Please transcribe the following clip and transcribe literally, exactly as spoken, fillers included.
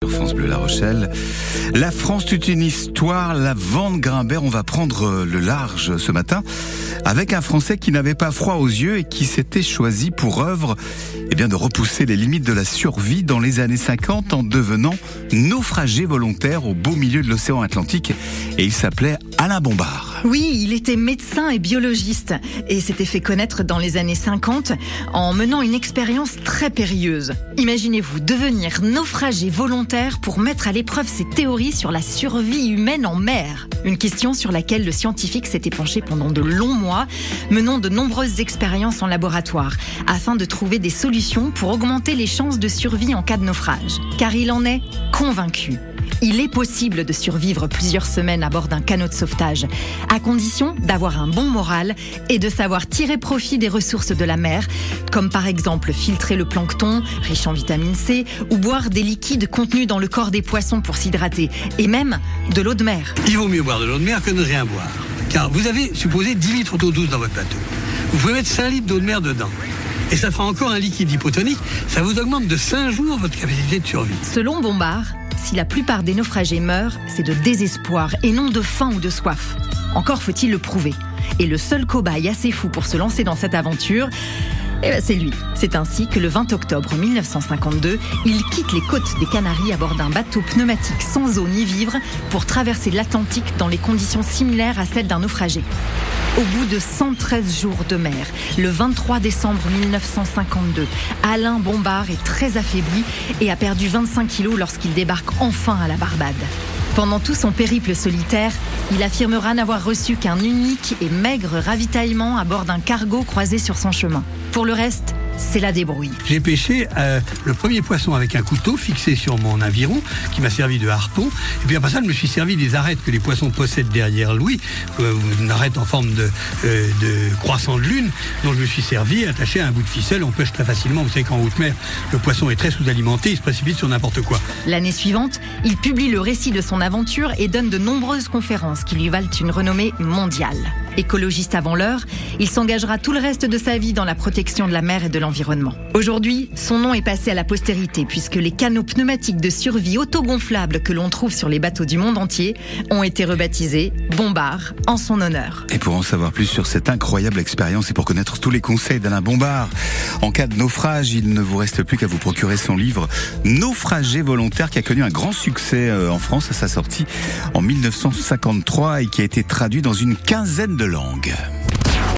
sur France Bleu La Rochelle. La France, toute une histoire, la Vente Grimbert. On va prendre le large ce matin avec un Français qui n'avait pas froid aux yeux et qui s'était choisi pour œuvre eh bien, de repousser les limites de la survie dans les années cinquante en devenant naufragé volontaire au beau milieu de l'océan Atlantique. Et il s'appelait Alain Bombard. Oui, il était médecin et biologiste et s'était fait connaître dans les années cinquante en menant une expérience très périlleuse. Imaginez-vous devenir naufragé volontaire pour mettre à l'épreuve ses théories sur la survie humaine en mer. Une question sur laquelle le scientifique s'était penché pendant de longs mois, menant de nombreuses expériences en laboratoire afin de trouver des solutions pour augmenter les chances de survie en cas de naufrage. Car il en est convaincu. Il est possible de survivre plusieurs semaines à bord d'un canot de sauvetage, à condition d'avoir un bon moral et de savoir tirer profit des ressources de la mer, comme par exemple filtrer le plancton, riche en vitamine C, ou boire des liquides contenus dans le corps des poissons pour s'hydrater, et même de l'eau de mer. Il vaut mieux boire de l'eau de mer que de ne rien boire, car vous avez supposé dix litres d'eau douce dans votre bateau. Vous pouvez mettre cinq litres d'eau de mer dedans. Et ça fera encore un liquide hypotonique, ça vous augmente de cinq jours votre capacité de survie. Selon Bombard, si la plupart des naufragés meurent, c'est de désespoir et non de faim ou de soif. Encore faut-il le prouver. Et le seul cobaye assez fou pour se lancer dans cette aventure, eh ben c'est lui. C'est ainsi que le vingt octobre mille neuf cent cinquante-deux, il quitte les côtes des Canaries à bord d'un bateau pneumatique sans eau ni vivres pour traverser l'Atlantique dans les conditions similaires à celles d'un naufragé. Au bout de cent treize jours de mer, le vingt-trois décembre mille neuf cent cinquante-deux, Alain Bombard est très affaibli et a perdu vingt-cinq kilos lorsqu'il débarque enfin à la Barbade. Pendant tout son périple solitaire, il affirmera n'avoir reçu qu'un unique et maigre ravitaillement à bord d'un cargo croisé sur son chemin. Pour le reste, c'est la débrouille. J'ai pêché euh, le premier poisson avec un couteau fixé sur mon aviron qui m'a servi de harpon. Et puis après ça, je me suis servi des arêtes que les poissons possèdent derrière lui, euh, une arête en forme de, euh, de croissant de lune, dont je me suis servi attaché à un bout de ficelle. On pêche très facilement. Vous savez qu'en haute mer, le poisson est très sous-alimenté, il se précipite sur n'importe quoi. L'année suivante, il publie le récit de son aventure et donne de nombreuses conférences qui lui valent une renommée mondiale. Écologiste avant l'heure, il s'engagera tout le reste de sa vie dans la protection de la mer et de l'environnement. Aujourd'hui, son nom est passé à la postérité puisque les canots pneumatiques de survie autogonflables que l'on trouve sur les bateaux du monde entier ont été rebaptisés Bombard en son honneur. Et pour en savoir plus sur cette incroyable expérience et pour connaître tous les conseils d'Alain Bombard, en cas de naufrage, il ne vous reste plus qu'à vous procurer son livre Naufragé volontaire qui a connu un grand succès en France à sa sortie en mille neuf cent cinquante-trois et qui a été traduit dans une quinzaine de langues.